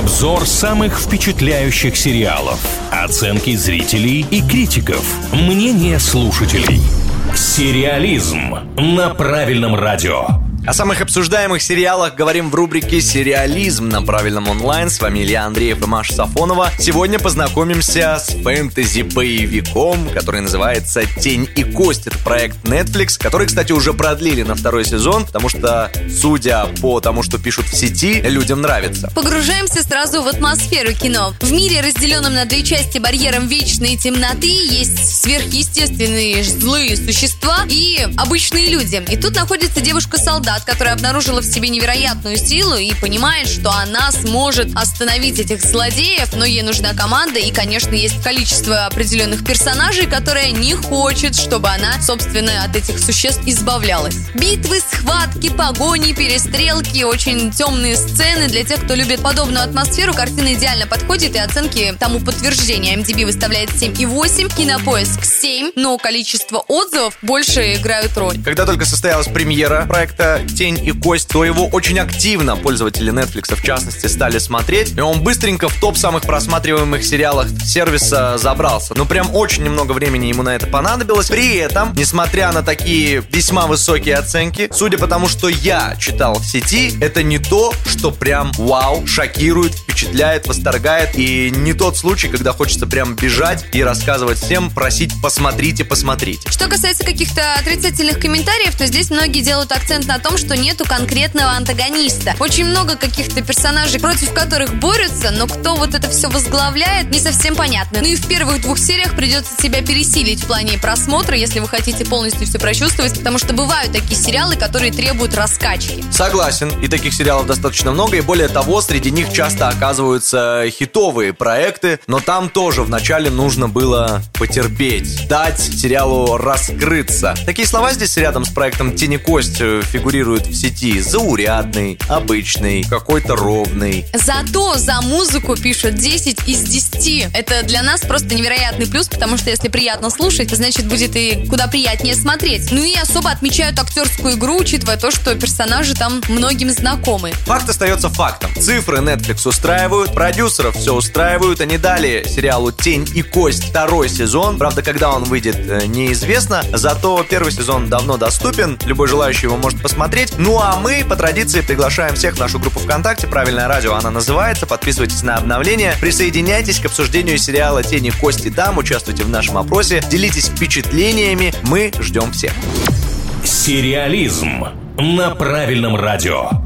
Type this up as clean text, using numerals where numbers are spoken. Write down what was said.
Обзор самых впечатляющих сериалов. Оценки зрителей и критиков. Мнение слушателей. Сериализм на правильном радио. О самых обсуждаемых сериалах говорим в рубрике «Сериализм» на правильном онлайн. С вами Илья Андреев и Маша Сафонова. Сегодня познакомимся с фэнтези-боевиком, который называется «Тень и кость». Это проект Netflix, который, кстати, уже продлили на 2-й сезон, потому что, судя по тому, что пишут в сети, людям нравится. Погружаемся сразу в атмосферу кино. В мире, разделенном на 2 части барьером вечной темноты, есть сверхъестественные злые существа и обычные люди. И тут находится девушка-солдат, которая обнаружила в себе невероятную силу и понимает, что она сможет остановить этих злодеев, но ей нужна команда и, конечно, есть количество определенных персонажей, которые не хочет, чтобы она, собственно, от этих существ избавлялась. Битвы, схватки, погони, перестрелки, очень темные сцены. Для тех, кто любит подобную атмосферу, картина идеально подходит, и оценки тому подтверждение. MDB выставляет 7,8, Кинопоиск 7, но количество отзывов больше играют роль. Когда только состоялась премьера проекта «Тень и кость», то его очень активно пользователи Netflix, в частности, стали смотреть. И он быстренько в топ самых просматриваемых сериалов сервиса забрался. Ну, прям очень немного времени ему на это понадобилось. При этом, несмотря на такие весьма высокие оценки, судя по тому, что я читал в сети, это не то, что прям вау, шокирует, впечатляет, восторгает. И не тот случай, когда хочется прям бежать и рассказывать всем, просить «посмотрите, посмотрите». Что касается каких-то отрицательных комментариев, то здесь многие делают акцент на том, что нету конкретного антагониста. Очень много каких-то персонажей, против которых борются, но кто вот это все возглавляет, не совсем понятно. Ну и в первых 2 сериях придется себя пересилить в плане просмотра, если вы хотите полностью все прочувствовать, потому что бывают такие сериалы, которые требуют раскачки. Согласен, и таких сериалов достаточно много, и более того, среди них часто оказываются хитовые проекты, но там тоже вначале нужно было потерпеть, дать сериалу раскрыться. Такие слова здесь рядом с проектом «Тень и кость» фигурируют в сети: заурядный, обычный, какой-то ровный. Зато за музыку пишут 10 из 10. Это для нас просто невероятный плюс, потому что если приятно слушать, значит будет и куда приятнее смотреть. Ну и особо отмечают актерскую игру, учитывая то, что персонажи там многим знакомы. Факт остается фактом. Цифры Netflix устраивают, продюсеров все устраивают. Они дали сериалу «Тень и кость» 2-й сезон. Правда, когда он выйдет, неизвестно. Зато 1-й сезон давно доступен. Любой желающий его может посмотреть. Ну а мы, по традиции, приглашаем всех в нашу группу ВКонтакте. «Правильное радио» она называется. Подписывайтесь на обновления. Присоединяйтесь к обсуждению сериала «Тень и кости» там. Участвуйте в нашем опросе. Делитесь впечатлениями. Мы ждем всех. Сериализм на правильном радио.